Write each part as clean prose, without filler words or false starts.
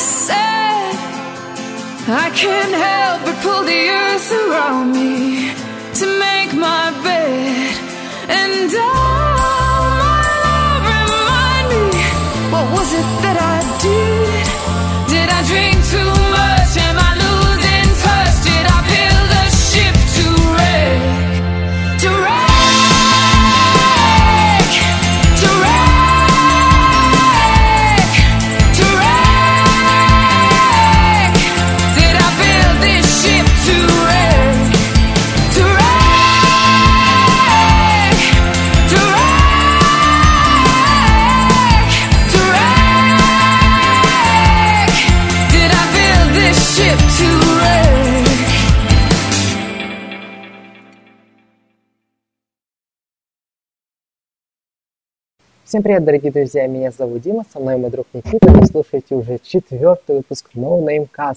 said I can't help but pull the earth around me to make my bed. And oh, my love, remind me, what was it that I did? Did I drink too much? Am I losing touch? Did I build a ship to wreck? To wreck? To wreck? To wreck? Did I build this ship to wreck? To wreck? To wreck? To wreck? Did I build this ship to wreck? Всем привет, дорогие друзья, меня зовут Дима, со мной мой друг Никита, вы слушаете уже 4-й выпуск No Name Cast.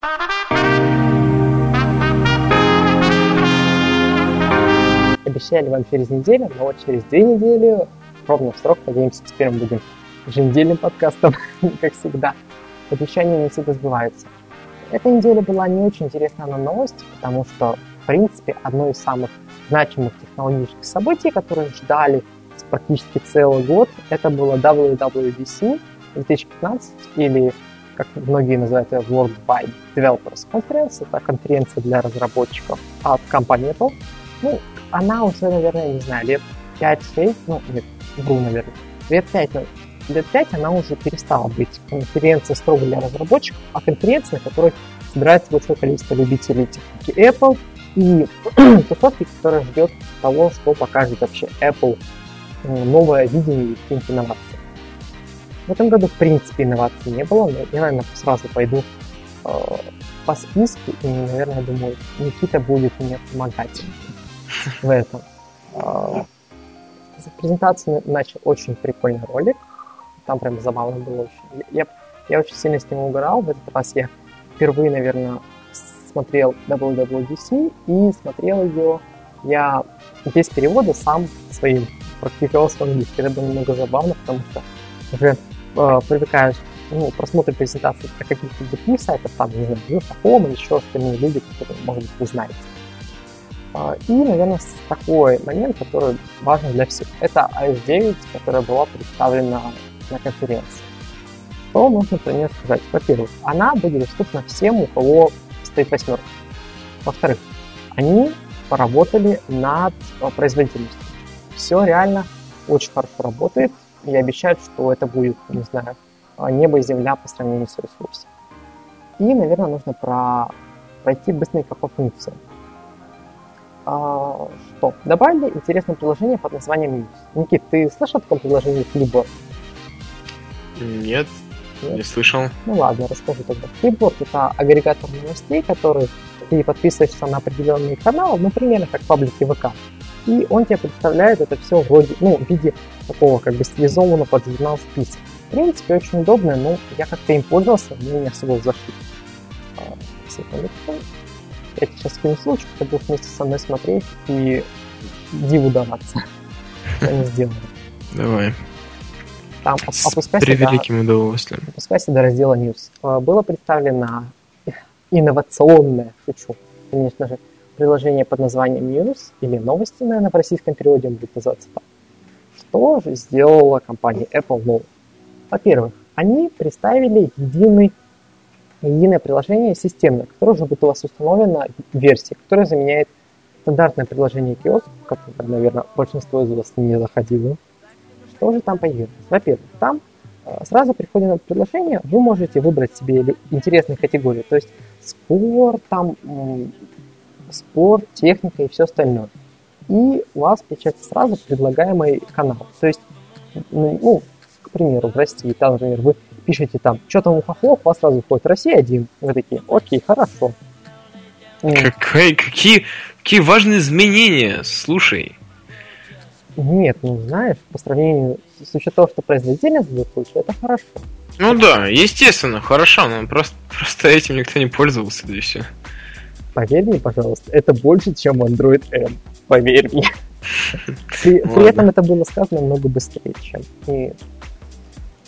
Обещали вам через неделю, но вот через 2 недели, ровно в срок, надеемся, теперь мы будем еженедельным подкастом, как всегда. Обещания не всегда сбываются. Эта неделя была не очень интересна на новости, потому что, в принципе, одно из самых значимых технологических событий, которые ждали практически целый год, это было WWDC 2015, или, как многие называют ее, World Wide Developers Conference. Это конференция для разработчиков от компании Apple. Ну, она уже, наверное, не знаю, лет 5-6, ну, нет, наверное, лет 5 она уже перестала быть конференцией строго для разработчиков, а конференцией, на которой собирается большое количество любителей техники Apple и тусовки, которая ждет того, что покажет вообще Apple новое видение и какие-нибудь инновации. В этом году, в принципе, инноваций не было, но я, наверное, сразу пойду по списку, и, наверное, думаю, Никита будет мне помогать в этом. За презентацию начал очень прикольный ролик, там прям забавно было очень. Я очень сильно с него угорал, в этот раз я впервые, наверное, смотрел WWDC, и смотрел ее я без перевода сам своим практиковался в английском. Это было немного забавно, потому что уже привыкаешь просмотр презентации на каких-то других сайтах, там, не знаю, Вилсаком или еще остальные люди, которые, может быть, вы знаете. И, наверное, такой момент, который важен для всех. Это iOS 9, которая была представлена на конференции. Что нужно про нее сказать? Во-первых, она будет доступна всем, у кого стоит 8. Во-вторых, они поработали над производительностью. Все реально очень хорошо работает, и обещают, что это будет, не знаю, небо и земля по сравнению с ресурсом. И, наверное, нужно пройти быстренько по функциям. Что? Добавили интересное приложение под названием News. Никит, ты слышал о таком приложении Flipboard? Нет, не слышал. Ну ладно, расскажу тогда. Flipboard — это агрегатор новостей, который ты подписываешься на определенные каналы, ну, примерно как паблики ВК. И он тебе представляет это все вроде, в виде такого как бы стилизованного под журнал списка. В принципе, очень удобно, но я как-то им пользовался, мне не особо зашли. Я тебе сейчас скину ссылочку, ты будешь вместе со мной смотреть и диву даваться, что они сделали. Давай. Там с превеликим удовольствием. Опускайся до раздела News. Было представлено инновационное, шучу, конечно же, приложение под названием News, или новости, наверное, в российском переводе он будет называться так. Что же сделала компания Apple новое? Во-первых, они представили единое приложение системное, которое уже будет у вас установлено в версии, которое заменяет стандартное приложение Kiosk, которое, наверное, большинство из вас не заходило. Что же там появилось? Во-первых, там сразу при входе на приложение вы можете выбрать себе интересные категории, то есть спорт, техника и все остальное. И у вас получается сразу предлагаемый канал. То есть, к примеру, в России, там, например, вы пишете там, что там у хохлов, у вас сразу выходит Россия-1. Вы такие, окей, хорошо. Какие важные изменения, слушай. Нет, знаешь, по сравнению с учетом того, что производительность будет лучше, это хорошо. Ну да, естественно, хорошо, но просто этим никто не пользовался, да и все. Поверь мне, пожалуйста, это больше, чем Android M. Поверь мне. При этом это было сказано намного быстрее, чем. И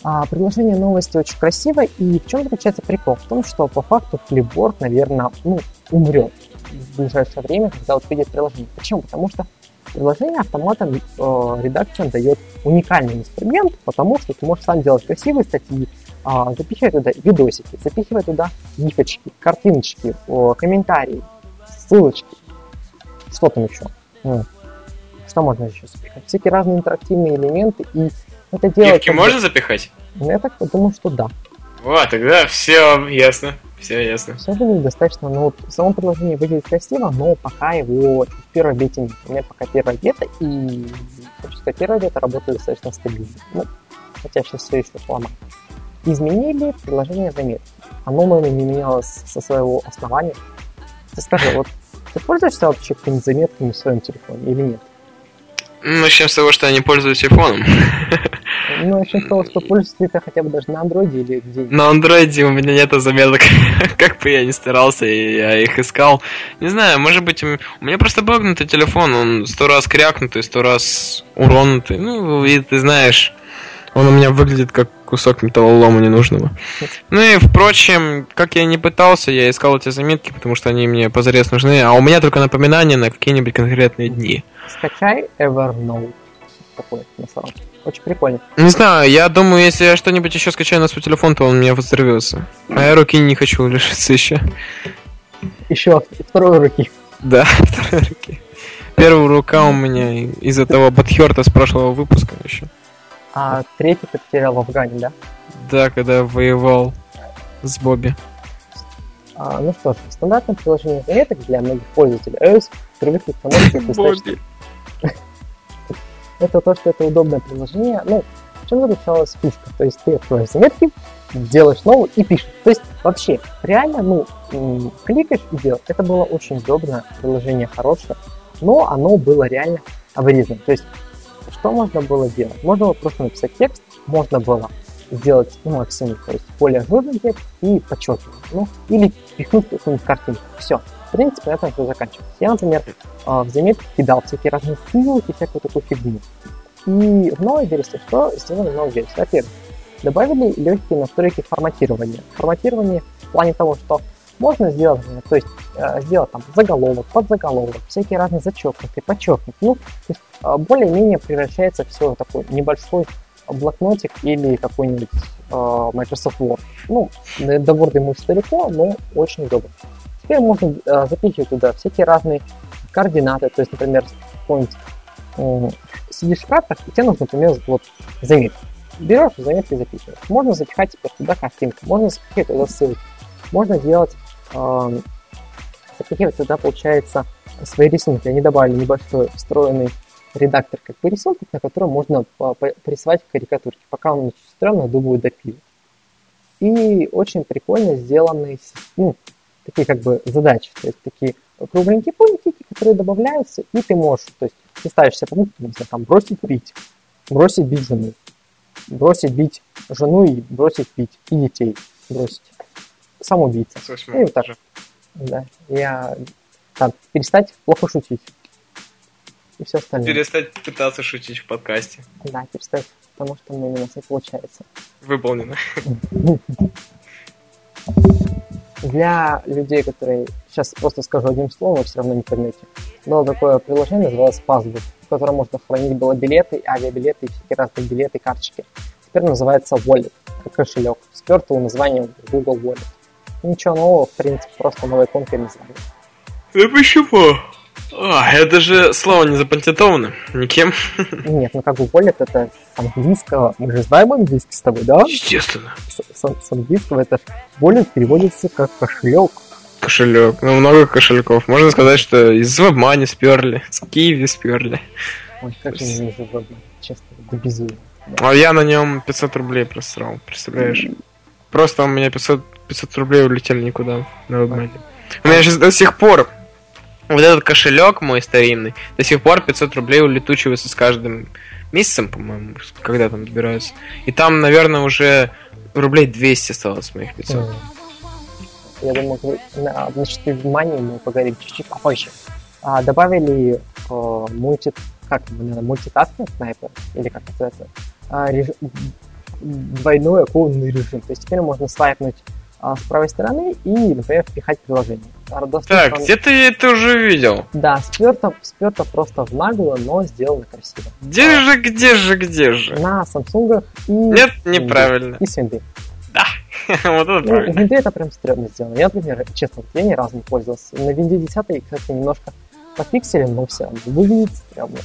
Приложение новости очень красивое, и в чем заключается прикол? В том, что по факту Flipboard, наверное, умрет в ближайшее время, когда вот выйдет приложение. Почему? Потому что приложение автоматом редакция дает уникальный инструмент, потому что ты можешь сам делать красивые статьи, запихивать туда видосики, запихивать туда гифочки, картиночки, комментарии, ссылочки. Что там еще? Что можно еще запихать? Всякие разные интерактивные элементы, и это делать... Гифки можно запихать? Я так думаю, что да. Вот, тогда все ясно. Все ясно. Все выглядит достаточно, само приложение выглядит красиво, но пока его в первой бете нет. У меня пока первая бета, и хочу сказать, первая бета работает достаточно стабильно. Хотя сейчас все еще сломано. Изменили приложение заметки. Оно, наверное, не менялось со своего основания. Ты скажи, вот ты пользуешься вообще какими-то заметками в своем телефоне или нет? Начнем с того, что я не пользуюсь телефоном. Начнем с того, что пользуешься ты хотя бы даже на андроиде или где-нибудь. На андроиде у меня нету заметок. Как бы я ни старался, я их искал. Не знаю, может быть, у меня просто багнутый телефон. Он 100 раз крякнутый, 100 раз уронутый. И ты знаешь, он у меня выглядит как кусок металлолома ненужного. И, впрочем, как я не пытался, я искал эти заметки, потому что они мне позарез нужны. А у меня только напоминания на какие-нибудь конкретные дни. Скачай Evernote. Такой, на самом деле. Очень прикольно. Не знаю, я думаю, если я что-нибудь еще скачаю на свой телефон, то он у меня взорвется. А я руки не хочу лишиться еще. Еще второй руки. Да, второй руки. Первая рука у меня из-за того Батхерта с прошлого выпуска еще. А третий ты потерял в Афгане, да? Да, когда я воевал с Бобби. Ну что ж, стандартное приложение заметок для многих пользователей iOS привыкли к тому, что достаточно... Это то, что это удобное приложение. В чем заключалась фишка? То есть ты откроешь заметки, делаешь новую и пишешь. То есть вообще, реально, кликаешь и делаешь. Это было очень удобно, приложение хорошее, но оно было реально обрезано. То есть, что можно было делать? Можно было просто написать текст, можно было сделать максимум, то есть более ажурный текст и подчеркивать. Или пихнуть какую-нибудь картинку. Все. В принципе, на этом все заканчивается. Я, например, в заметке кидал всякие разные ссылки, всякую такую фигню. И в новой версии что сделали в новой версии? Во-первых, добавили легкие настройки форматирования. Форматирование в плане того, что можно сделать, то есть сделать там заголовок, подзаголовок, всякие разные зачеркнутые, подчеркнутые. То есть более-менее превращается все в такой небольшой блокнотик или какой-нибудь Microsoft Word. До Word ему далеко, но очень удобно. Теперь можно запихивать туда всякие разные координаты, то есть, например, какой-нибудь сидишь в картах, и тебе нужно, например, заметки. Берешь заметки и запихиваешь. Можно запихать теперь туда картинку, можно запихивать туда ссылки. Можно делать, запихивать туда, получается, свои рисунки. Они добавили небольшой встроенный редактор рисунков, на котором можно присылать карикатурки. Пока он очень стрёмно, думаю, допилит. И очень прикольно сделанные, такие задачи, то есть такие кругленькие пунктики, которые добавляются, и ты можешь, то есть ты ставишь себе пункт, бросить бить жену, бросить бить жену и бросить пить, и детей бросить, самоубийца. И вот так. Да. Перестать плохо шутить. И все остальное. Перестать пытаться шутить в подкасте. Да, перестать, потому что у нас не получается. Выполнено. Для людей, которые... Сейчас просто скажу одним словом, вы все равно не поймете. Было такое приложение, называлось Passbook, в котором можно хранить было билеты, авиабилеты, всякие разные билеты, карточки. Теперь называется Wallet, кошелек. Спёртого названием Google Wallet. Ничего нового, в принципе, просто новая иконка и название. Да почему? Это же слово не запатентовано никем. Нет, как бы Wallet это с английского. Мы же знаем английский с тобой, да? Естественно. С английского это Wallet переводится как кошелек. Кошелек. Много кошельков. Можно сказать, что из WebMoney сперли, с Kiwi сперли. Ой, как я не вижу WebMoney, честно, до безумия. А я на нем 500 рублей просрал, представляешь? Просто у меня 500 рублей улетели никуда на WebMoney. У меня сейчас до сих пор вот этот кошелек мой старинный, до сих пор 500 рублей улетучивается с каждым месяцем, по-моему, когда там добираются. И там, наверное, уже рублей 200 осталось с моих 500. Я думаю, насчет внимания мы поговорим чуть-чуть попозже. Добавили мультитаскинг снайпер, или как называется, двойной оконный режим. То есть теперь можно свайпнуть с правой стороны и, например, впихать приложение. Так, где-то я это уже видел. Да, сперто просто в нагло, но сделано красиво. Где же? На Samsung и... Нет, неправильно. И с винды. Да, вот это правильно. Винды это прям стрёмно сделано. Я, например, честно, я ни разу не пользовался. На винде 10, кстати, немножко пофиксили, но все равно выглядит стрёмно.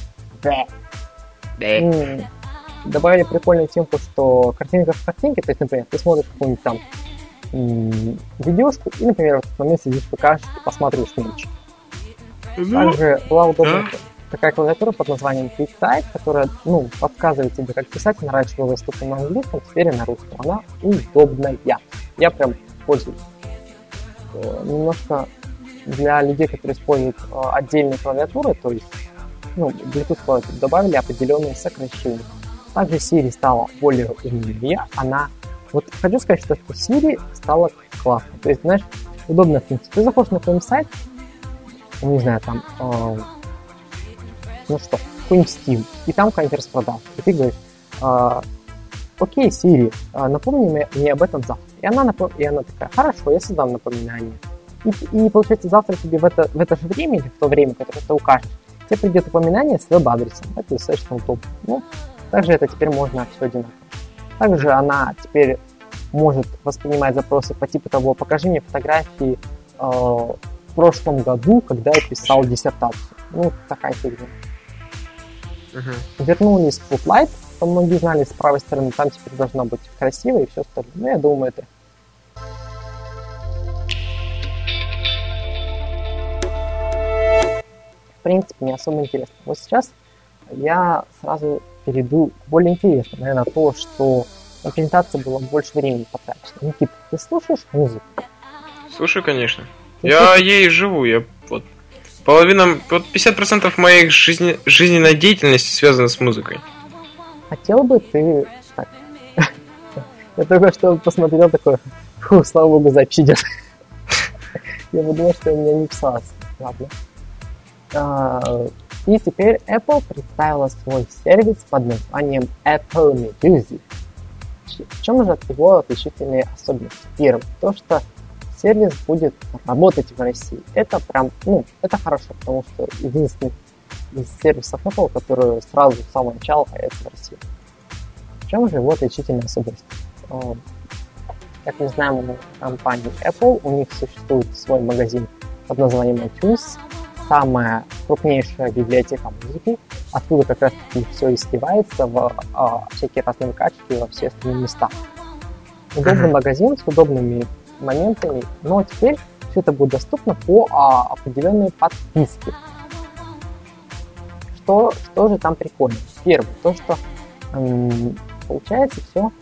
Добавили прикольную темку, что картинка в картинке, то есть, например, ты смотришь какую-нибудь там видюшку, и, например, в этот момент сидишь в ПК, посматриваешь меч. Также была удобная такая клавиатура под названием QuickType, которая, подсказывает тебе, как писать. Она раньше была доступна на английском, теперь и на русском. Она удобная. Я прям пользуюсь. Немножко для людей, которые используют отдельные клавиатуры, то есть, Bluetooth клавиатуру, добавили определенные сокращения. Также Siri стала более умнее. Вот хочу сказать, что Siri стала классной. То есть, знаешь, удобная функция. Ты заходишь на какой-нибудь сайт, не знаю, там, какой-нибудь Steam, и там какая-нибудь распродажа. И ты говоришь, окей, Siri, напомни мне об этом завтра. И она такая, хорошо, я создам напоминание. И получается, завтра тебе в это же время, или в то время, которое ты укажешь, тебе придет напоминание с веб-адресом. Это достаточно удобно. Также это теперь можно все одинаково. Также она теперь может воспринимать запросы по типу того, покажи мне фотографии в прошлом году, когда я писал диссертацию. Такая фигня. Вернули Spotlight, что многие знали, с правой стороны, там теперь должно быть красиво и все остальное. Я думаю, это... В принципе, не особо интересно. Вот сейчас я сразу перейду к более интересному, наверное, то, что на презентации было больше времени потрачено. Никита, ты слушаешь музыку? Слушаю, конечно. Я ей живу, половина, 50% моей жизненной деятельности связана с музыкой. Хотел бы ты... Так. Я только что посмотрел такое, слава богу, запись идет. Я подумал, что у меня не писалось. Ладно. И теперь Apple представила свой сервис под названием Apple Music. В чем же его отличительные особенности? Первое, то, что сервис будет работать в России. Это прям, это хорошо, потому что единственный из сервисов Apple, который сразу с самого начала появится в России. В чем же его отличительная особенность? Как мы знаем, у компании Apple, у них существует свой магазин под названием iTunes, самая крупнейшая библиотека музыки, откуда как раз таки все и сливается в всякие разные качества во все остальные места. Удобный магазин с удобными моментами, но теперь все это будет доступно по определенной подписке. Что же там прикольно? Первое, то, что получается все...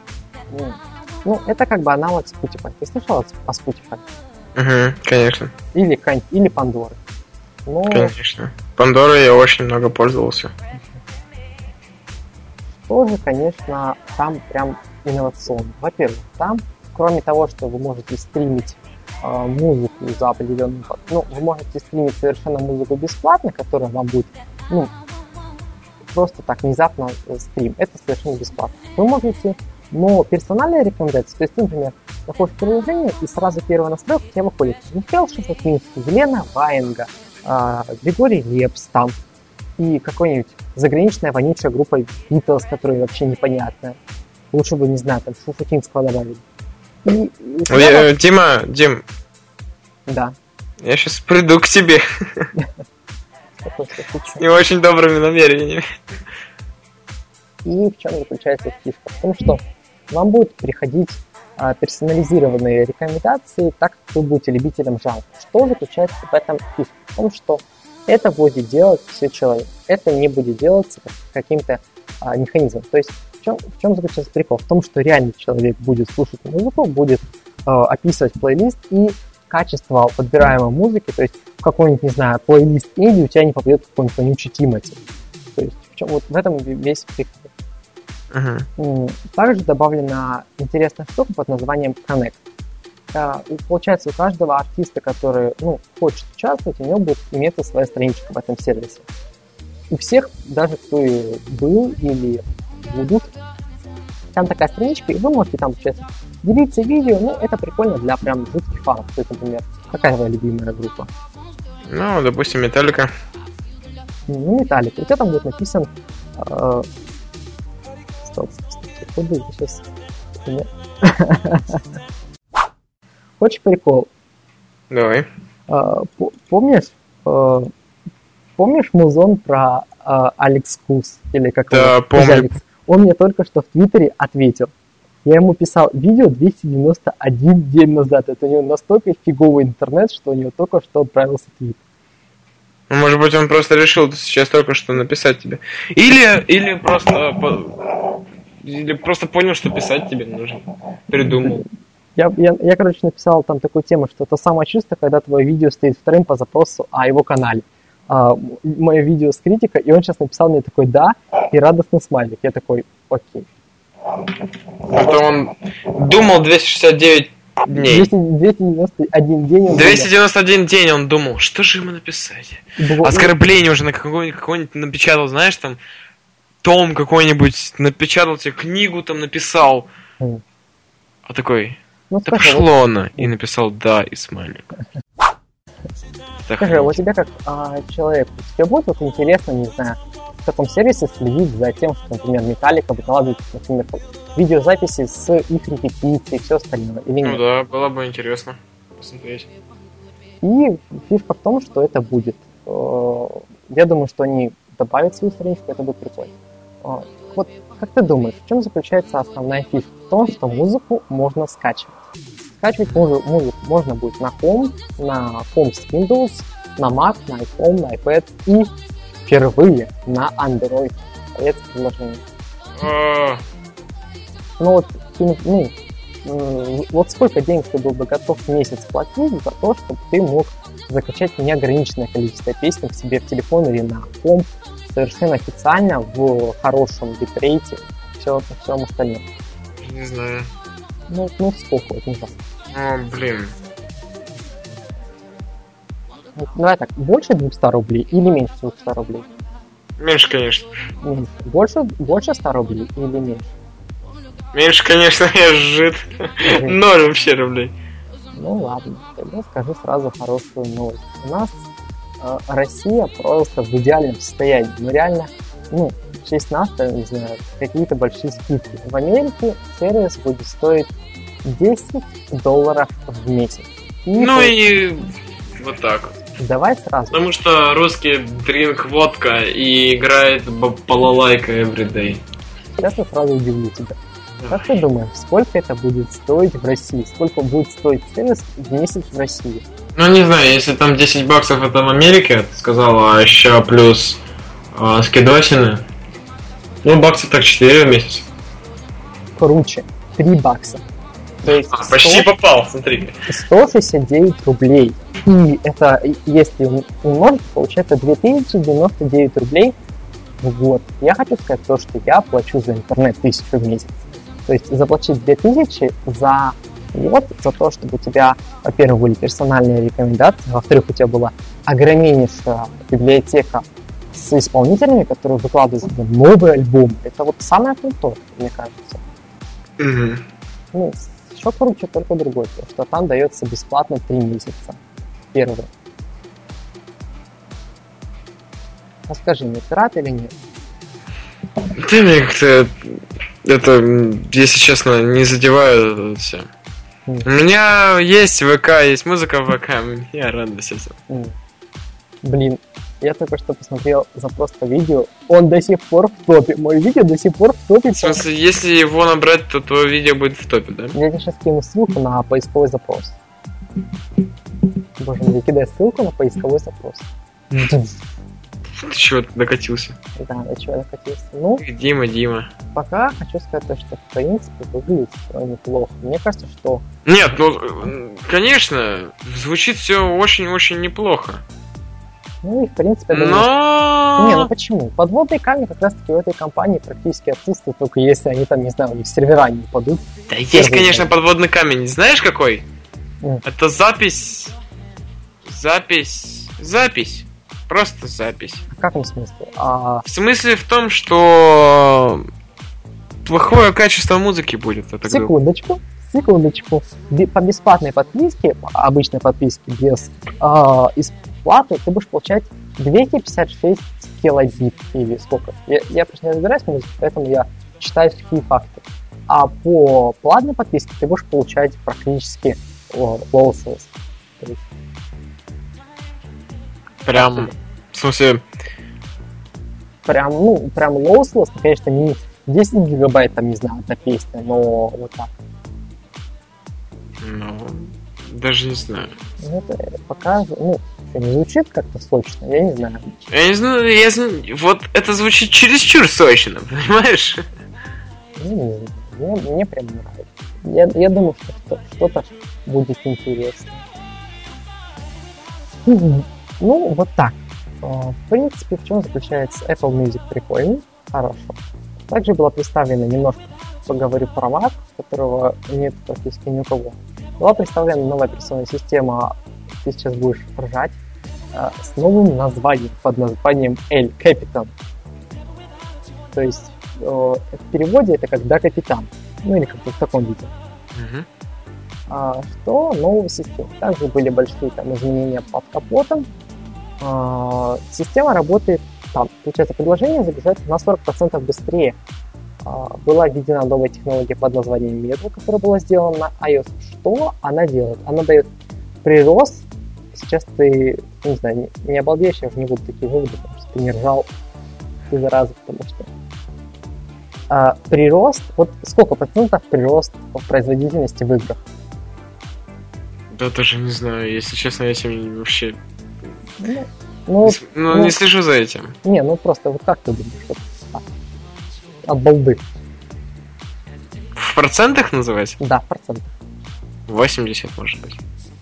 это как бы аналог Spotify. Ты слышал о Spotify? Конечно. Или Pandora. Конечно. Pandora я очень много пользовался. Тоже, конечно, там прям инновационно. Во-первых, там, кроме того, что вы можете стримить музыку за определенную... вы можете стримить совершенно музыку бесплатно, которая вам будет, просто так внезапно стрим. Это совершенно бесплатно. Вы можете... Но персональные рекомендации, то есть ты, например, заходишь в приложение, и сразу первая настройка у тебя выходит Михаил Шафутинский, Елена Ваенга, Григорий Лепс там, и какой-нибудь заграничная вонючая группа Beatles, которая вообще непонятная. Лучше бы, не знаю, там Шафутинского добавили. Дим. Да. Я сейчас приду к тебе. С не очень добрыми намерениями. И в чем заключается фишка? В том, что вам будут приходить персонализированные рекомендации, так как вы будете любителем жанра. Что заключается в этом фишка? В том, что это будет делать все человек. Это не будет делаться каким-то механизмом. То есть в чем заключается прикол? В том, что реальный человек будет слушать музыку, будет описывать плейлист, и качество подбираемой музыки, то есть в какой-нибудь, не знаю, плейлист инди у тебя не попадет какой-нибудь вонючий Тимати. То есть в этом весь прикол. Также добавлена интересная штука под названием Connect. Получается, у каждого артиста, который хочет участвовать, у него будет иметься своя страничка в этом сервисе. У всех, даже кто и был или будут Там такая страничка, и вы можете там, получается, делиться видео. Ну, это прикольно для прям жутких фанов. То есть, например, какая твоя любимая группа? Ну, допустим, Металлика. Ну, Металлика. У тебя там будет написан... Стоп. Куда сейчас? Хочешь прикол? Давай. Помнишь музон про Алекс Кус? Или как Да, его? помню. Он мне только что в Твиттере ответил. Я ему писал видео 291 день назад. Это у него настолько фиговый интернет, что у него только что отправился твит. Ну, может быть, он просто решил сейчас только что написать тебе. Или просто понял, что писать тебе нужно. Придумал. Я, короче, написал там такую тему, что это самое чувство, когда твое видео стоит вторым по запросу о его канале. Мое видео с критикой, и он сейчас написал мне такой «да» и радостный смайлик. Я такой «окей». Это он думал 269 дней. 291 день. 291 день он думал, что же ему написать? Оскорбление уже на какой-нибудь напечатал, знаешь, там, том какой-нибудь, напечатал тебе книгу, там, написал. А такой, ну, да пошло оно. И написал «да» и смайлик. Скажи, у тебя как человек, тебе будет вот интересно, не знаю, в таком сервисе следить за тем, что, например, Металлика выкладывает, например, видеозаписи с их репетицией и все остальное, или нет? Ну да, было бы интересно посмотреть. И фишка в том, что это будет. Я думаю, что они добавят свою страничку, это будет прикольно. Вот как ты думаешь, в чем заключается основная фишка? В том, что музыку можно скачивать. Скачивать музыку можно будет на Home с Windows, на Mac, на iPhone, на iPad и впервые на Android. Это приложение. Ну вот сколько денег ты был бы готов в месяц платить за то, чтобы ты мог закачать неограниченное количество песен к себе в телефон или на Home совершенно официально в хорошем битрейте, всем остальном. Не знаю. Ну сколько это нужно? О, блин. Давай так, больше 200 рублей или меньше 200 рублей? Меньше, конечно. Меньше. Больше 100 рублей или меньше? Меньше, конечно, я жид. 0 вообще рублей. Ну ладно, тогда скажу сразу хорошую новость. У нас Россия просто в идеальном состоянии. Мы реально, в честь нас, не знаю, какие-то большие скидки. В Америке сервис будет стоить $10 в месяц. И вот так вот. Давай сразу. Потому что русский drink водка и играет балалайка everyday. Сейчас я сразу удивлю тебя. Как ты думаешь, сколько это будет стоить в России? Сколько будет стоить сервис в месяц в России? Ну, не знаю, если там $10 это в Америке, ты сказала, а еще плюс скидосины. Ну, баксов так 4 в месяц. Круче. $3. То есть почти попал, смотри. 169 рублей. И это, если умножить, получается 2099 рублей в год. Я хочу сказать то, что я плачу за интернет 1000 в месяц. То есть заплатить 2000 за год, за то, чтобы у тебя, во-первых, были персональные рекомендации, во-вторых, у тебя была огромнейшая библиотека с исполнителями, которые выкладывают новый альбом. Это вот самое крутое, мне кажется. Еще круче только другое, потому что там дается бесплатно 3 месяца. Первый. А скажи, мне пират или нет? Ты мне как-то это, если честно, не задеваю это все. У меня есть ВК, есть музыка в ВК, я радуюсь этому. Блин, я только что посмотрел запрос по видео, он до сих пор в топе. Мое видео до сих пор в топе. В смысле, если его набрать, то твое видео будет в топе, да? Я тебе сейчас кину ссылку на поисковой запрос. Боже мой, кидай ссылку на поисковой запрос. Ты чего докатился? Да, до чего я докатился. Дима. Пока хочу сказать, что в принципе выглядит все неплохо. Мне кажется, что... Нет, конечно, звучит все очень-очень неплохо. И в принципе, я думаю, что... почему? Подводные камни как раз-таки в этой компании практически отсутствуют, только если они там, не знаю, у них сервера не упадут. Да есть, конечно, подводный камень. Знаешь какой? Это запись. Просто запись. В каком смысле? В смысле в том, что плохое качество музыки будет. Секундочку. По бесплатной подписке, по обычной подписке без платы, ты будешь получать 256 килобит или сколько. Я просто не разбираюсь в музыке, поэтому я читаю сухие факты. А по платной подписке ты будешь получать практически lossless. Прям, в смысле... Прям lossless, конечно, не 10 гигабайт, там, не знаю, одна песня, но вот так. Ну, даже не знаю. Ну, это пока, не звучит как-то сочно, я не знаю. Я не знаю, вот это звучит чересчур сочно, понимаешь? Не знаю, мне прям нравится. Я думаю, что что-то будет интересно. Ну, вот так. В принципе, в чем заключается Apple Music? Прикольно, хорошо. Также была представлена, немножко поговорю про Mac, которого нет практически ни у кого. Была представлена новая операционная система, ты сейчас будешь ржать, с новым названием, под названием El Capitan. То есть в переводе это как «Да, капитан». Ну или как-то в таком виде. Что нового системы? Также были большие там изменения под капотом. Система работает там. Получается, предложение загружается на 40% быстрее. Была введена новая технология под названием Metal, которая была сделана на iOS. Что она делает? Она дает прирост. Сейчас ты, не знаю, не обалдеешь, я уже не буду такие выводы, потому что ты не ржал, ты зараза, потому что прирост, вот сколько процентов прирост в производительности в играх? Да даже не знаю, если честно, я этим вообще не слежу за этим. Не, просто вот как ты думаешь? Вот, от балды. В процентах называть? Да, в процентах. 80, может быть.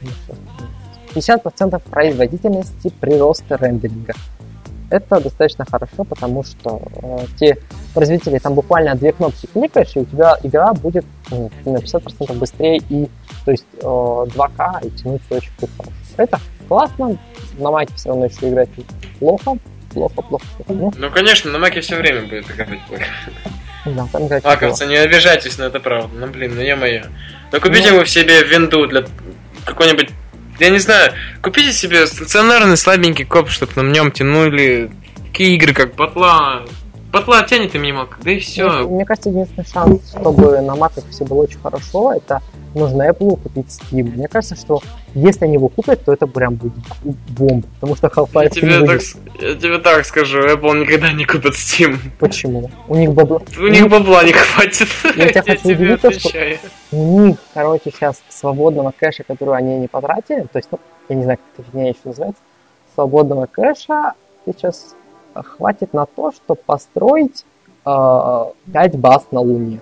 50% производительности прироста рендеринга. Это достаточно хорошо, потому что те производители, там буквально 2 кнопки кликаешь, и у тебя игра будет на 50% быстрее, и то есть 2К, и тянуть все очень хорошо. Это классно, на Маке все равно еще играть плохо. Ну, конечно, на Маке все время будет играть плохо. Да, там играть маковцы, не обижайтесь, но это правда. Ну, блин, е-мое. Ну, купите вы себе винду для какой-нибудь... Я не знаю, купите себе стационарный слабенький коп, чтобы на нем тянули такие игры, как Батла. Батла тянет и мимо, да и все. Мне кажется, единственный шанс, чтобы на Маках все было очень хорошо, это нужно Apple купить Steam. Мне кажется, что если они его купят, то это прям будет бомба, потому что Half-Life я тебе так скажу, Apple никогда не купит Steam. Почему? У них бабла не хватит. Я тебе отвечаю. Что у них, сейчас свободного кэша, который они не потратили, то есть, я не знаю, как эта фигня еще называется, свободного кэша сейчас хватит на то, чтобы построить 5 баз на Луне.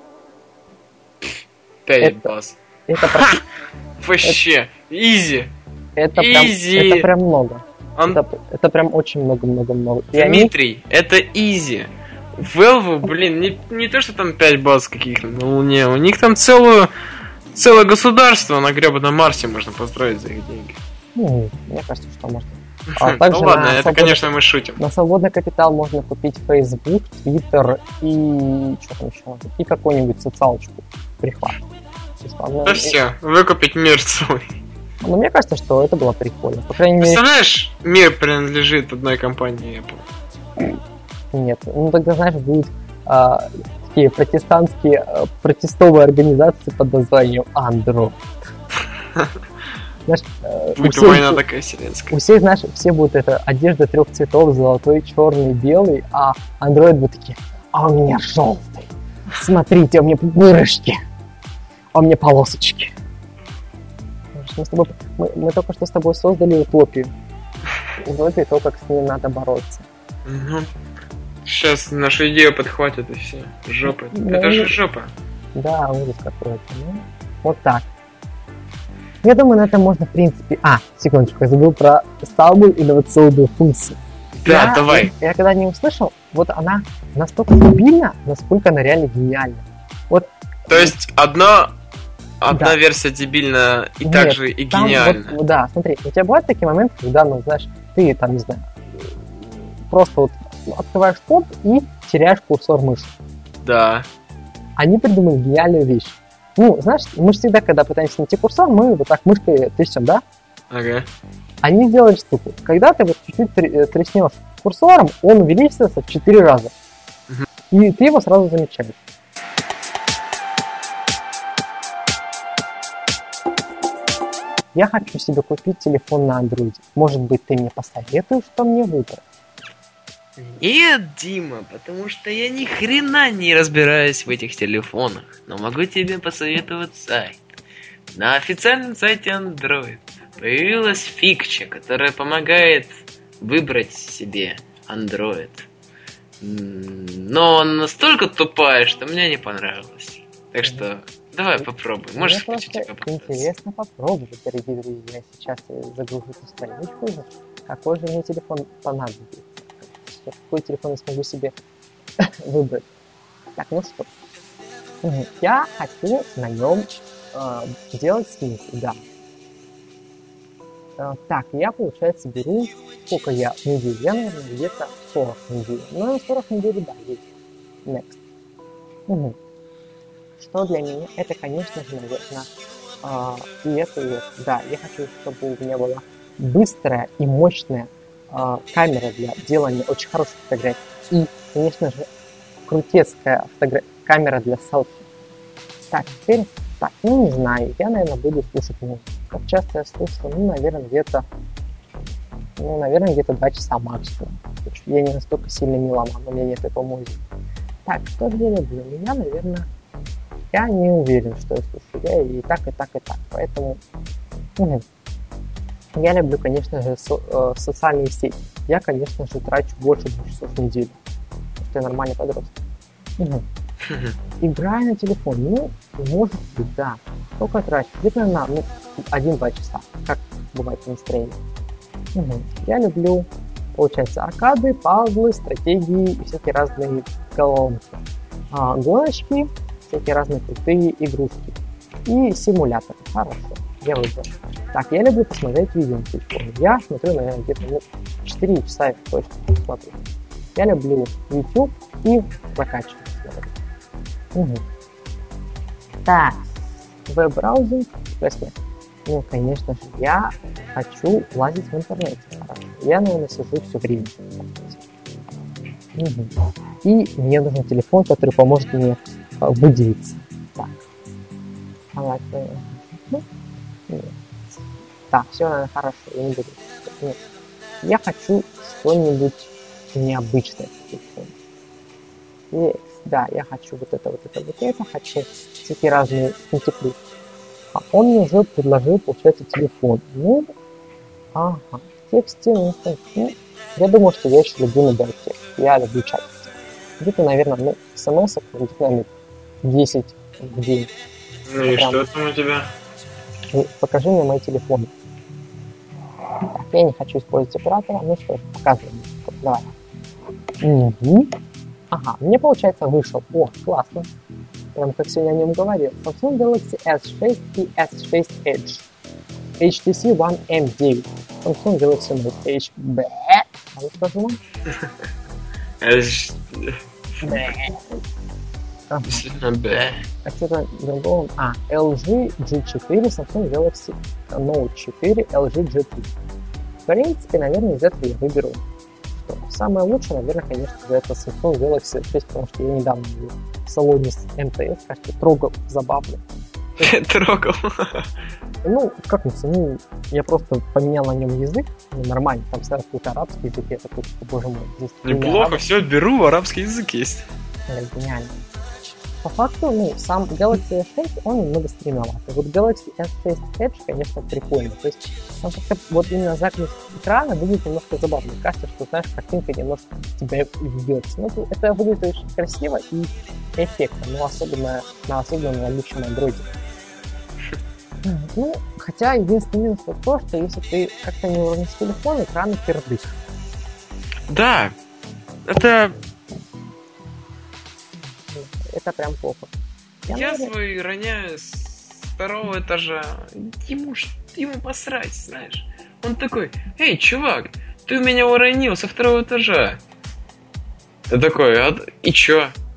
5 баз. Это вообще, изи. Это прям много. Это прям очень много. Дмитрий, это изи. Valve, блин, не то, что там 5 баз каких-то на Луне, у них там целое государство на гребаном Марсе можно построить за их деньги. Мне кажется, что можно. Ну ладно, это, конечно, мы шутим. На свободный капитал можно купить Facebook, Twitter и что там еще? И какую-нибудь социалочку прихват. Да все, выкупить мир целый. Но мне кажется, что это было прикольно. По крайней мере... Представляешь, мир принадлежит одной компании Apple. Нет, тогда, знаешь, будут такие протестантские протестовые организации под названием Android. Знаешь, будет война такая вселенская. У всех, знаешь, все будут это одежда 3 цветов, золотой, черный, белый, а Android будет такие: а у меня желтый. Смотрите, у меня пупырышки. А у меня полосочки. Мы только что с тобой создали утопию. Утопию, то, как с ней надо бороться. Сейчас нашу идею подхватят и все. Жопа. Это же жопа. Да, ужас какой-то. Вот так. Я думаю, на этом можно, в принципе... секундочку, я забыл про самую инновационную функцию. Да, давай. Я когда не услышал, вот она настолько дебильна, насколько она реально гениальна. Вот. То есть одна версия дебильна и также и гениальна. Вот, да, смотри, у тебя бывают такие моменты, когда, знаешь, ты там, не знаю, просто вот открываешь комп и теряешь курсор мыши. Да. Они придумали гениальную вещь. Ну, знаешь, мы же всегда, когда пытаемся найти курсор, мы вот так мышкой трясем, да? Ага. Они сделали штуку. Когда ты вот чуть-чуть тряснешь курсором, он увеличивается в 4 раза. И ты его сразу замечаешь. Я хочу себе купить телефон на андроиде. Может быть, ты мне посоветуешь, что мне выбрать? Нет, Дима, потому что я ни хрена не разбираюсь в этих телефонах. Но могу тебе посоветовать сайт. На официальном сайте Android появилась фикча, которая помогает выбрать себе Android. Но она настолько тупая, что мне не понравилось. Так что давай попробуй. Можешь мне у тебя попытаться. Интересно попробовать, дорогие друзья. Сейчас я загружу эту страничку уже. Какой же мне телефон понадобится? Какой телефон я смогу себе выбрать? Так, ну что. Я хочу на нем делать снимки, да. Так, я, получается, беру, сколько я недель? Я, наверное, где-то 40 недель. Ну, 40 недель, да, есть. Next. Что для меня? Это, конечно же, наверное, и это. Да, я хочу, чтобы у меня была быстрая и мощная камера для делания очень хороших фотографий. И, конечно же, крутецкая камера для селфи. Так, теперь, не знаю, я, наверное, буду слушать музыку. Как часто я слушаю? Наверное, где-то 2 часа максимум. Я не настолько сильно меломан, у меня нет такой музыки. Так, что же я люблю? Наверное, я не уверен, что я слушаю. Я и так. Поэтому я люблю, конечно же, социальные сети. Я, конечно же, трачу больше 2 часов в неделю. Потому что я нормальный подросток. Играю на телефон. Может быть, да. Сколько трачу? Где-то на 1-2 часа. Как бывает в настроении. Я люблю, получается, аркады, пазлы, стратегии и всякие разные головоломки. Гоночки, всякие разные крутые игрушки. И симуляторы. Хорошо, я выбрал. Так, я люблю посмотреть видео на телефоне. Я смотрю, наверное, где-то 4 часа я точно смотрю. Я люблю YouTube и закачивать смотреть. Так, веб-браузинг. Конечно же, я хочу лазить в интернете. Я, наверное, сижу все время. И мне нужен телефон, который поможет мне выделиться. Так. Так, все, наверное, хорошо. Я не буду. Нет. Я хочу что-нибудь необычное в телефоне. Да, я хочу вот это. Хочу всякие разные финтифлюшки. А он мне уже предложил, получается, телефон. В тексте, я думаю, что я еще люблю набирать текст. Я люблю чатить. Где-то, наверное, смс-ок, где-то, наверное, 10 в день. Ну и что там у тебя? Покажи мне мои телефоны. Так, я не хочу использовать оператора. Ну что ж, показывай. Давай. Ага, мне, получается, вышел. О, классно. Прям как сегодня о нем говорил. Samsung Galaxy S6 и S6 Edge. HTC One M9. Samsung Galaxy Note Edge B. А ну скажу вам? Действительно Б. А что-то другого. LG G4, Samsung Galaxy Note 4, LG G3. В принципе, наверное, из этого я выберу. Что? Самое лучшее, наверное, конечно же, это Samsung Galaxy 6, потому что я недавно был в салоне с МТС, кажется, трогал, забавно. Трогал. Я просто поменял на нем язык, нормально, там сразу какой-то арабский язык, я такой, боже мой, здесь... Неплохо, все, беру, арабский язык есть. Гениально. По факту, сам Galaxy S6, он немного стремноватый. Вот Galaxy S6 Edge, конечно, прикольно. То есть, он как-то вот именно запись экрана выглядит немножко забавно. Кажется, что, знаешь, картинка немножко в тебя вбьется. Это выглядит очень красиво и эффектно, особенно на лучшем Android. Хотя единственный минус то, что если ты как-то не уронишь телефон, экран пердык. Да, это прям плохо. Я свой роняю с 2 этажа. Ему посрать, знаешь. Он такой: эй, чувак, ты меня уронил со 2 этажа. Я такой: и чё?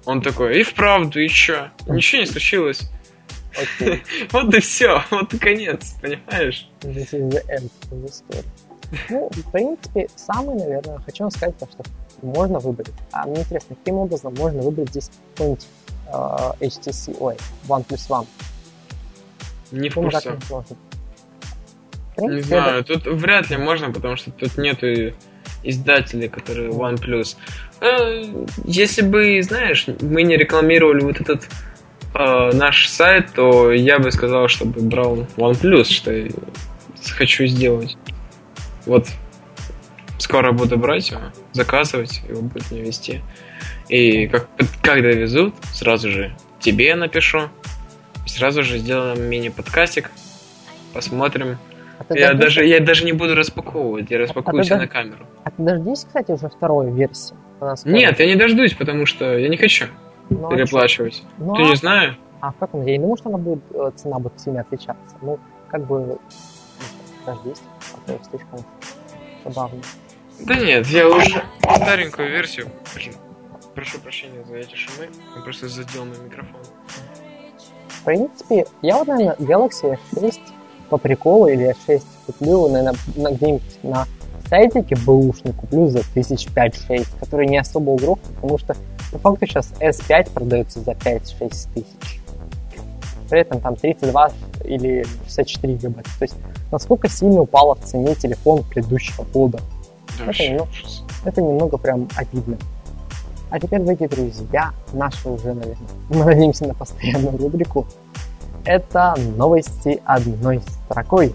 Он такой, и вправду, и чё? Ничего не случилось. Окей. Вот и все, вот и конец, понимаешь? This is the end of the story. Ну, в принципе, самый, наверное, хочу вам сказать, что можно выбрать. А мне интересно, каким образом можно выбрать здесь какой-нибудь HTC, OnePlus One? Не в Ну, курсе. как сложно. В Не принципе, знаю, тут вряд ли можно, потому что тут нету издателей, которые OnePlus. Если бы, знаешь, мы не рекламировали вот этот наш сайт, то я бы сказал, чтобы брал OnePlus, что я хочу сделать. Вот скоро буду брать его, заказывать, его будет мне везти. И когда везут, сразу же тебе напишу. И сразу же сделаем мини-подкастик. Посмотрим. Я даже не буду распаковывать, я распакую все на камеру. А ты дождись, кстати, уже второй версии? Нет, я не дождусь, потому что я не хочу переплачивать. Ты не знаю? А как он? Я не думаю, что цена будет сильно отличаться. Ну, как бы, дождись, а то слишком забавно. Да нет, я уже старенькую версию. Блин, прошу прощения за эти шумы. Я просто задел мой микрофон. В принципе, я вот, наверное, Galaxy S6 по приколу или S6 куплю, наверное, где-нибудь на сайтике бэушный куплю за 5-6, который не особо игрок, потому что по факту сейчас S5 продается за 5-6 тысяч. При этом там 32 или 64 гигабайта. То есть насколько сильно упала в цене телефон предыдущего года. Да, это немного прям обидно. А теперь, дорогие друзья, наша уже, наверное, мы надеемся на постоянную рубрику. Это новости одной строкой.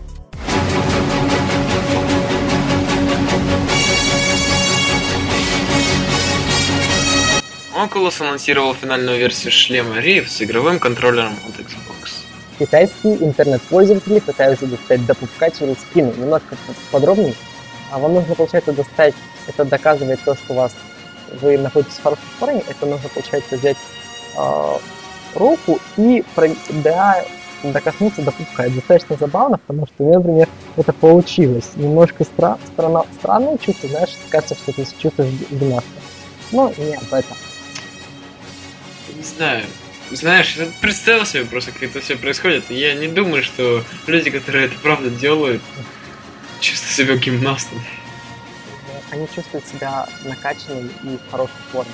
Oculus анонсировал финальную версию шлема Rift с игровым контроллером от Xbox. Китайские интернет-пользователи пытаются достать до пупка через спину. Немножко подробнее. Вам нужно, получается, достать, это доказывает то, что вы находитесь в хорошей форме, это нужно, получается, взять руку и докоснуться до пупка. Это достаточно забавно, потому что, например, это получилось. Немножко странное чувство, знаешь, кажется, что ты чувствуешь гимнастику. Но не об этом. Не знаю. Знаешь, я представил себе просто, как это все происходит, и я не думаю, что люди, которые это правда делают, чувствуют себя гимнастом. Они чувствуют себя накачанными и в хорошей форме.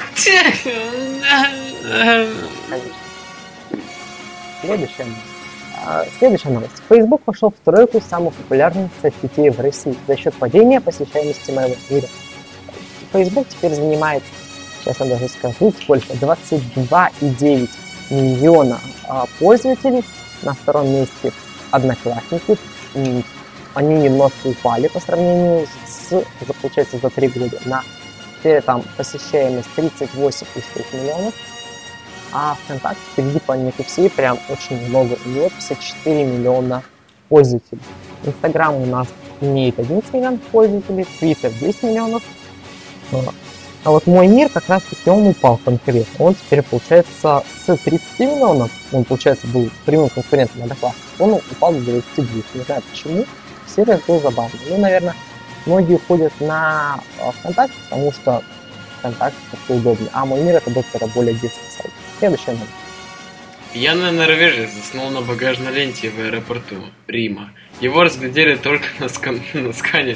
Конечно. Следующая новость. Facebook вошел в тройку самых популярных соцсетей в России за счет падения посещаемости моего мира. Facebook теперь занимает, сейчас я даже скажу, сколько, 22,9 миллиона пользователей. На втором месте Одноклассники. Они немножко упали по сравнению получается, за 3 года. Теперь там посещаемость 38,6 миллионов. А ВКонтакте впереди по всей прям очень много. У него 54 миллиона пользователей. Инстаграм у нас имеет 11 миллионов пользователей, Твиттер 10 миллионов. А вот мой мир как раз таки он упал конкретно. Он теперь получается с 30 миллионов, он получается был прямым конкурентом Одноклассников, он упал до 22. Не знаю почему, все это было забавно. Ну, наверное, многие уходят на ВКонтакте, потому что ВКонтакте как-то удобнее. А мой мир это доктора более детский сайт. Следующая новость. Пьяный норвежец заснул на багажной ленте в аэропорту Рима. Его разглядели только на сканере.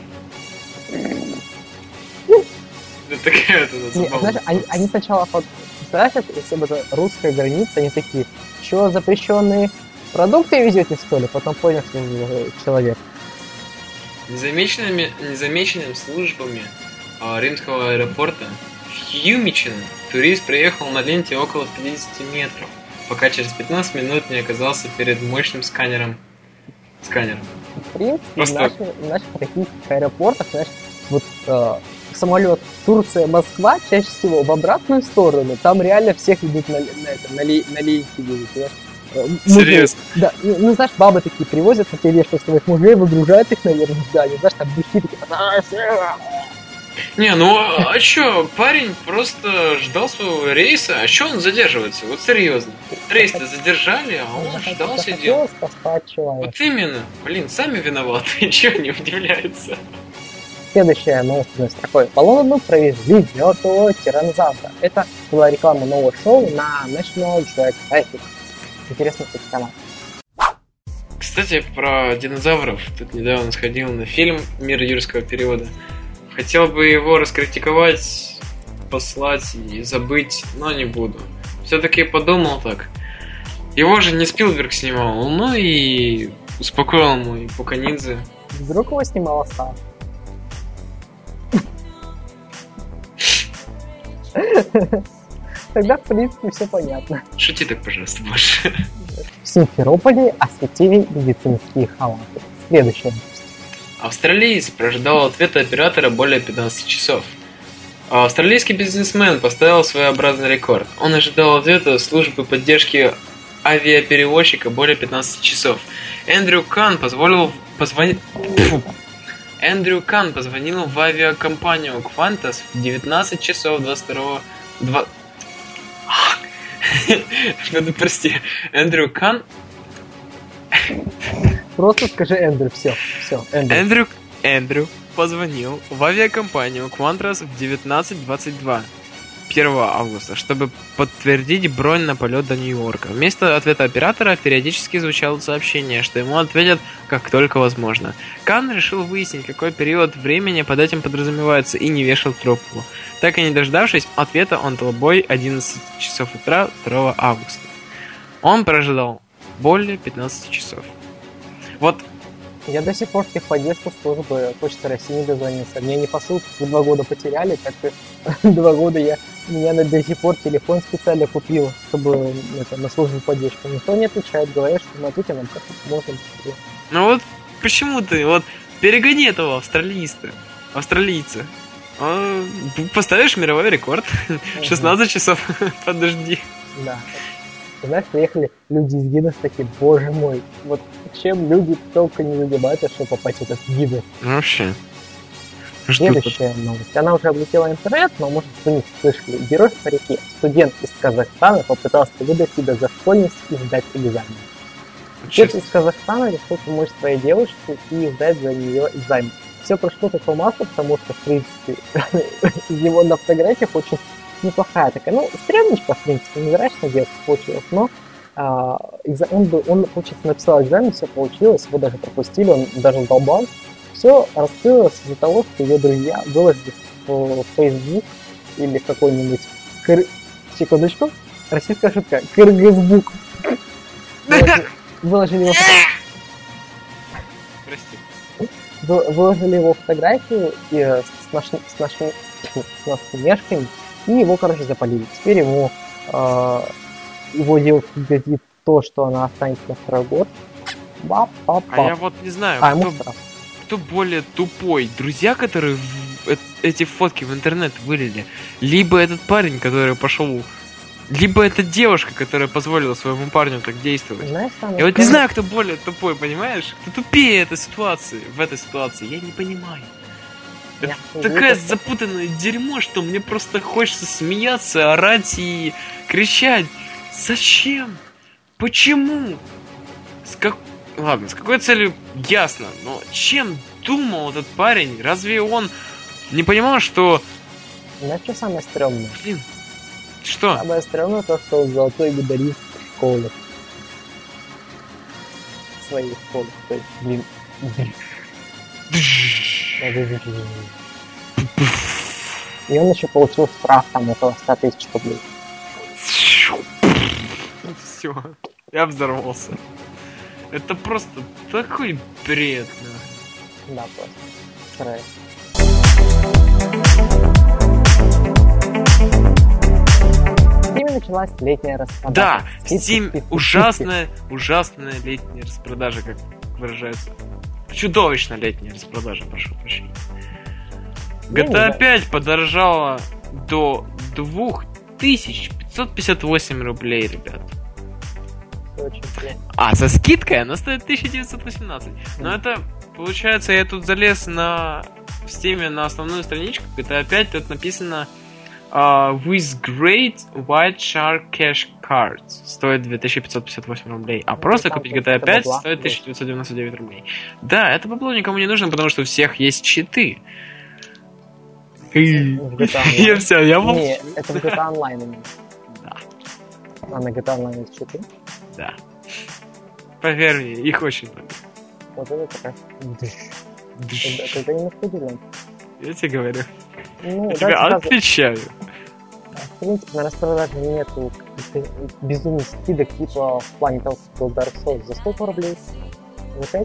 Это такая вот забавная. Знаешь, они сначала, представляешь, если бы это русская граница, они такие, что, запрещенные продукты везете, что ли? Потом понял, что человек. Незамеченным службами римского аэропорта в Хьюмичино турист проехал на ленте около 50 метров, пока через 15 минут не оказался перед мощным сканером. В принципе, Просто... в наших российских аэропортах, знаешь, вот самолет Турция-Москва чаще всего в обратную сторону, там реально всех идут на ленте едут, Серьезно? Да, ну знаешь, бабы такие привозят на тебе вешать своих мужей, выгружают их, наверное, в здание, знаешь, там духи такие. Не, ну а чё, парень просто ждал своего рейса, а чё он задерживается? Вот серьезно. Рейс-то задержали, а он ждал, сидел. Вот именно. Блин, сами виноваты, чё не удивляются. Следующая новость одной строкой. По Лондону провезли мертвого тиранозавра. Это была реклама нового шоу на National Geographic. Интересно, кстати, канал. Кстати, про динозавров. Тут недавно сходил на фильм «Мир юрского периода». Хотел бы его раскритиковать, послать и забыть, но не буду. Все-таки подумал так. Его же не Спилберг снимал, ну и успокоил мой Пуканидзе. Вдруг его снимала Саша? Тогда, в принципе, все понятно. Шути так, пожалуйста, больше. В Симферополе осветили медицинские халаты. Следующая новость. Австралиец прождал ответа оператора более 15 часов. Австралийский бизнесмен поставил своеобразный рекорд. Он ожидал ответа службы поддержки авиаперевозчика более 15 часов. Эндрю Кан позвонил в авиакомпанию Qantas в 19 часов 22... Прости. Эндрю Кан... Просто скажи Эндрю, все, Эндрю позвонил в авиакомпанию Qantas в 19:22 1 августа, чтобы подтвердить бронь на полет до Нью-Йорка. Вместо ответа оператора периодически звучало сообщение, что ему ответят как только возможно. Кан решил выяснить, какой период времени под этим подразумевается, и не вешал трубку. Так и не дождавшись ответа, он дал бой 11 часов утра 2 августа. Он прождал более 15 часов. Вот. Я до сих пор в техподдержку службы Почты России не дозвонился. Мне не посылку 2 года потеряли, как и 2 года меня до сих пор телефон специально купил, чтобы на службу поддержки. Никто не отвечает, говорят, что мы ответим вам как можно быстрее. Ну вот почему ты перегони этого австралийца. Поставишь мировой рекорд. 16 часов подожди. Да. Знаешь, приехали люди из Гиннес такие, боже мой, вот чем люди только не задеваются, чтобы попасть в этот Гиннес. Вообще. Следующая новость. Она уже облетела интернет, но, может, вы не слышали. Герой по реке. Студент из Казахстана попытался выдать себя за школьницу и сдать экзамен. Студент из Казахстана решил помочь своей девушке и сдать за нее экзамен. Все прошло такое масло, потому что, в принципе, из него на фотографиях очень неплохая такая, стрёмничка, в принципе, невзрачная девушка получилась, но он, получается, написал экзамен, все получилось, его даже пропустили, он даже сдал банк. Все раскрылось из-за того, что ее друзья выложили в Facebook или в какой-нибудь секундочку, российская шутка, Кыргызбук. Выложили его фотографию с насмешками, и его, запалили. Теперь его девушке грозит то, что она останется на 2 год. А я вот не знаю, кто более тупой? Друзья, которые эти фотки в интернет вылили, либо этот парень, который пошел, либо эта девушка, которая позволила своему парню так действовать. Знаешь, я вот не знаю, кто более тупой, понимаешь? Кто тупее в этой ситуации, я не понимаю. Это такое запутанное дерьмо, что мне просто хочется смеяться, орать и кричать. Зачем? Почему? Ладно, с какой целью ясно, но чем думал этот парень? Разве он не понимал, что... Знаешь, что самое стрёмное? Блин, что? Самое стрёмное то, что он золотой медалист школы. Своей школы. То есть, блин. И он еще получил штраф там около 100 000 рублей. Все, я взорвался. Это просто такой бред. Да, просто. В Steam началась летняя распродажа. Да, в Steam ужасная летняя распродажа, как выражается. Чудовищно летняя распродажа, прошу прощения. GTA 5 подорожала до 2558 рублей, ребят. Очень приятно. А со скидкой она стоит 1918. Но это, получается, я тут залез в Steam на основную страничку GTA 5, тут написано with great white shark cash cards стоит 2558 рублей, а просто купить GTA 5 стоит 1999 рублей. Да, это бабло никому не нужно, потому что у всех есть читы. В GTA Online. Я все, я молчу. Не, это в GTA Online именно. Да. А на GTA Online есть читы? Да. Поверь мне, их очень много. Вот это такая... Когда немножко удивлен. Я тебе говорю. Ну, Я тебе даже отвечаю. в принципе, на распродаже нету каких-то безумных скидок, типа в плане того, что был Dark Souls за сколько рублей? За 5?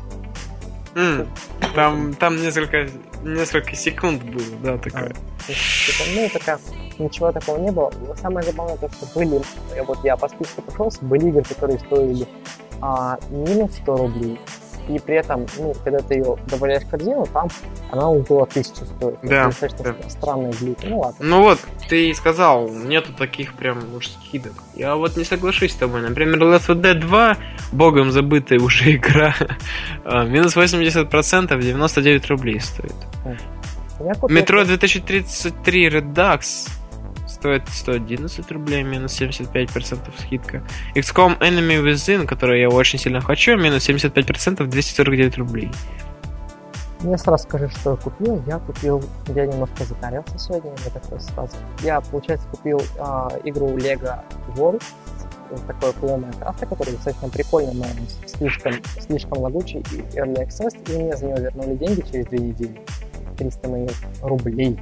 Там несколько секунд было, да, такое. Ну, такая, ничего такого не было. Но самое забавное то, что были, вот я по списку прошелся, были игры, которые стоили минус 100 рублей. И при этом, ну, когда ты ее добавляешь в корзину, там она около 1000 стоит. Да, Это достаточно странная глюка. Ну ладно. Ну вот, ты и сказал, нету таких прям уж скидок. Я вот не соглашусь с тобой. Например, Left 4 Dead 2, богом забытая уже игра, минус 80%, 99 рублей стоит. Метро 2033 Redux стоит 111 рублей, минус 75% скидка. XCOM Enemy Within, которую я очень сильно хочу, минус 75%, 249 рублей. Я сразу скажу, что я купил. Я немножко затарился сегодня, я такой сразу. Я, получается, купил игру Lego World, такое полное крафта, которая достаточно прикольная, но слишком лагучий и Early Access, и мне за него вернули деньги через 2 недели. 300 моих рублей.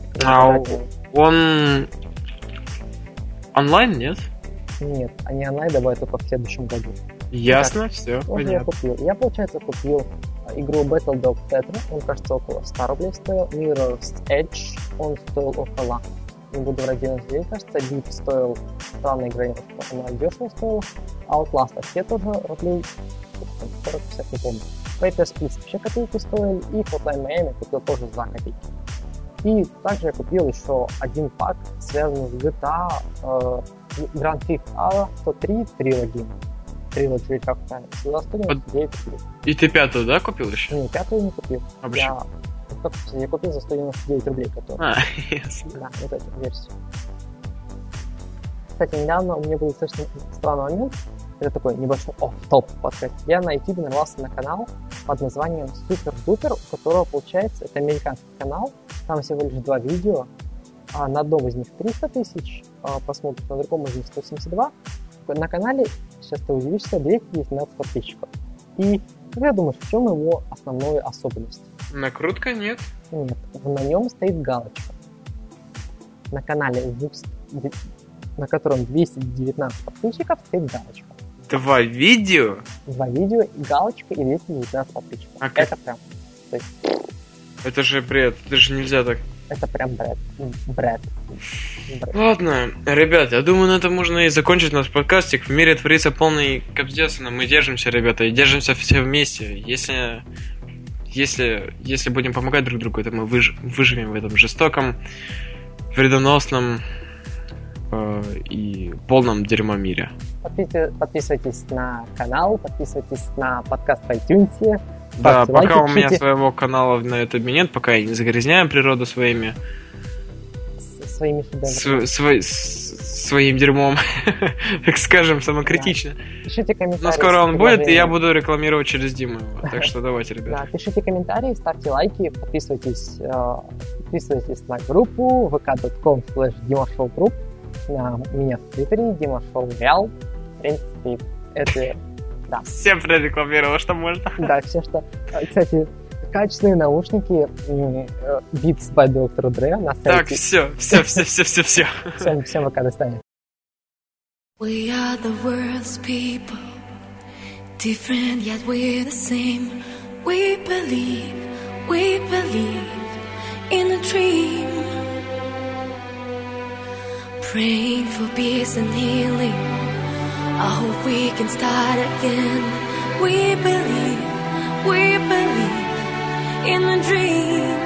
Он онлайн, нет? Нет, они онлайн добавят только в следующем году. Ясно, все, понятно. Я, получается, купил игру Battle Dog Tetra, он, кажется, около 100 рублей стоил. Mirror's Edge, он стоил около, не буду врать, 99, кажется. Deep стоил, странная игра, она дешево стоила. Outlast вообще тоже рублей 40-50, не помню. Papers, Please вообще копейки стоили, и Hotline Miami купил тоже за копейки. И также я купил еще один пак, связанный с GTA Grand Theft Auto 3 Trilogy. Trilogy, как правильно, за 199 рублей. И ты 5-ю, да, купил еще? Не, 5-ю не купил. Я купил за 199 рублей, которую. Ясно. Да, вот эту версию. Кстати, недавно у меня был достаточно странный момент. Это такой небольшой офф-топ подкаст. Я на YouTube нарвался на канал под названием Super Duper, у которого, получается, это американский канал. Там всего лишь 2 видео. На одном из них 300 тысяч просмотров, на другом из них 172. На канале, сейчас ты удивишься, 219 подписчиков. И как я думаю, в чем его основная особенность? Накрутка нет? Нет, на нем стоит галочка. На канале, на котором 219 подписчиков, стоит галочка. 2 видео? 2 видео, галочка и 219 подписчиков. Это прям... То есть, это же бред, это же нельзя так. Это прям бред. Ладно, ребят, я думаю, на этом можно и закончить наш подкастик. В мире творится полный капздец, но мы держимся, ребята, и держимся все вместе. Если будем помогать друг другу, то мы выживем в этом жестоком, вредоносном и полном дерьмо мире. Подписывайтесь на канал, подписывайтесь на подкаст в iTunes. Да, пока у меня своего канала на YouTube нет, пока я не загрязняю природу своими шедеврами. Своим дерьмом, так скажем, самокритично. Да. Пишите комментарии. Но скоро он будет, и я буду рекламировать через Диму. Так что давайте, ребята. Да, пишите комментарии, ставьте лайки, подписывайтесь на группу vk.com/dimashowgroup, на меня в Твиттере, dimashowreal. В принципе, это... Да. Всем прорекламировал, что можно. Да, все, что... Кстати, качественные наушники Beats by Dr. Dre на сайте. Так, все. Всем пока, до свидания. We are the world's people, different yet we're the same. We believe in a dream, praying for peace and healing. I hope we can start again. We believe in a dream.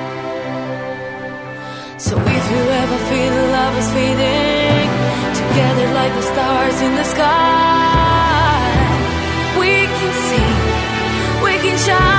So if you ever feel love is fading, together like the stars in the sky, we can sing, we can shine.